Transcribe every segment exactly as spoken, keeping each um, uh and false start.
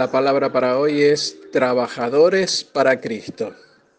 La palabra para hoy es trabajadores para Cristo.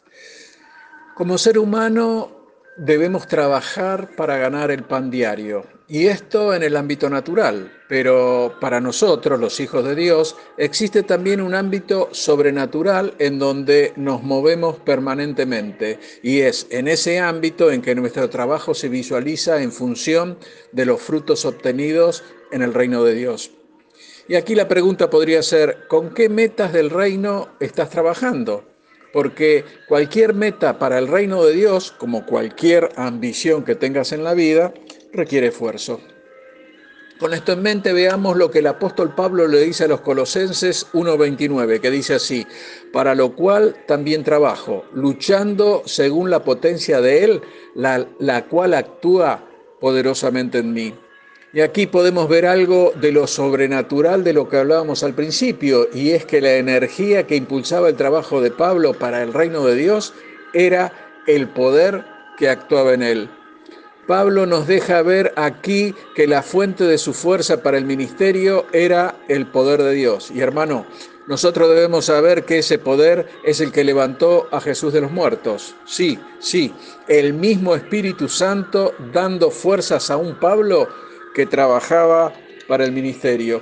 Como ser humano debemos trabajar para ganar el pan diario, y esto en el ámbito natural, pero para nosotros, los hijos de Dios, existe también un ámbito sobrenatural en donde nos movemos permanentemente, y es en ese ámbito en que nuestro trabajo se visualiza en función de los frutos obtenidos en el reino de Dios. Y aquí la pregunta podría ser, ¿con qué metas del reino estás trabajando? Porque cualquier meta para el reino de Dios, como cualquier ambición que tengas en la vida, requiere esfuerzo. Con esto en mente veamos lo que el apóstol Pablo le dice a los Colosenses uno veintinueve, que dice así: para lo cual también trabajo, luchando según la potencia de Él, la, la cual actúa poderosamente en mí. Y aquí podemos ver algo de lo sobrenatural de lo que hablábamos al principio, y es que la energía que impulsaba el trabajo de Pablo para el reino de Dios era el poder que actuaba en él. Pablo nos deja ver aquí que la fuente de su fuerza para el ministerio era el poder de Dios. Y hermano, nosotros debemos saber que ese poder es el que levantó a Jesús de los muertos. Sí, sí, el mismo Espíritu Santo dando fuerzas a un Pablo que trabajaba para el ministerio.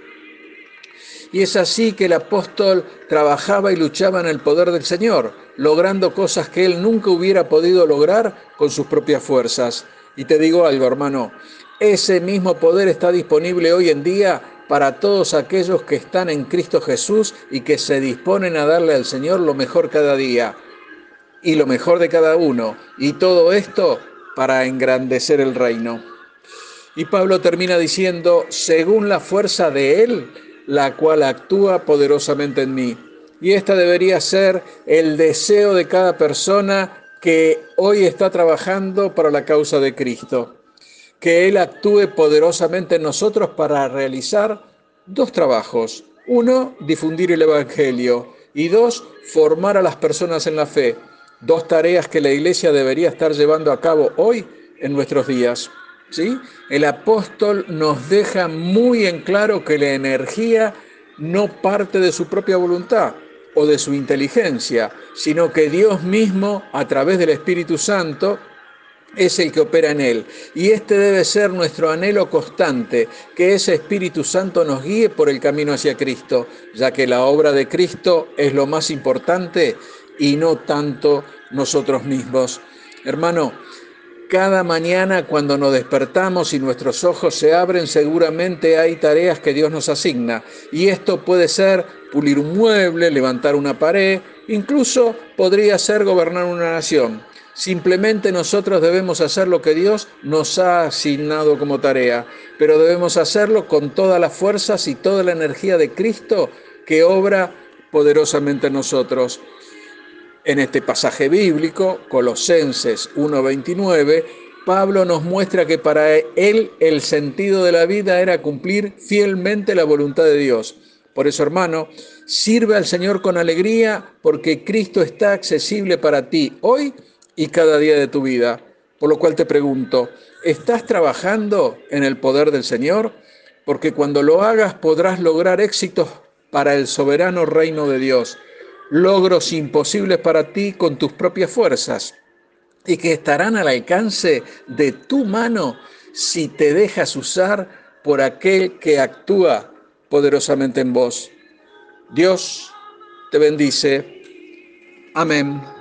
Y es así que el apóstol trabajaba y luchaba en el poder del Señor, logrando cosas que él nunca hubiera podido lograr con sus propias fuerzas. Y te digo algo, hermano, ese mismo poder está disponible hoy en día para todos aquellos que están en Cristo Jesús y que se disponen a darle al Señor lo mejor cada día y lo mejor de cada uno. Y todo esto para engrandecer el reino. Y Pablo termina diciendo, según la fuerza de Él, la cual actúa poderosamente en mí. Y esta debería ser el deseo de cada persona que hoy está trabajando para la causa de Cristo. Que Él actúe poderosamente en nosotros para realizar dos trabajos. Uno, difundir el Evangelio. Y dos, formar a las personas en la fe. Dos tareas que la Iglesia debería estar llevando a cabo hoy en nuestros días. ¿Sí? El apóstol nos deja muy en claro que la energía no parte de su propia voluntad o de su inteligencia, sino que Dios mismo, a través del Espíritu Santo, es el que opera en él. Y este debe ser nuestro anhelo constante, que ese Espíritu Santo nos guíe por el camino hacia Cristo, ya que la obra de Cristo es lo más importante y no tanto nosotros mismos. Hermano, cada mañana cuando nos despertamos y nuestros ojos se abren, seguramente hay tareas que Dios nos asigna. Y esto puede ser pulir un mueble, levantar una pared, incluso podría ser gobernar una nación. Simplemente nosotros debemos hacer lo que Dios nos ha asignado como tarea, pero debemos hacerlo con todas las fuerzas y toda la energía de Cristo que obra poderosamente en nosotros. En este pasaje bíblico, Colosenses uno veintinueve, Pablo nos muestra que para él el sentido de la vida era cumplir fielmente la voluntad de Dios. Por eso, hermano, sirve al Señor con alegría porque Cristo está accesible para ti hoy y cada día de tu vida. Por lo cual te pregunto, ¿estás trabajando en el poder del Señor? Porque cuando lo hagas podrás lograr éxitos para el soberano reino de Dios. Logros imposibles para ti con tus propias fuerzas y que estarán al alcance de tu mano si te dejas usar por aquel que actúa poderosamente en vos. Dios te bendice. Amén.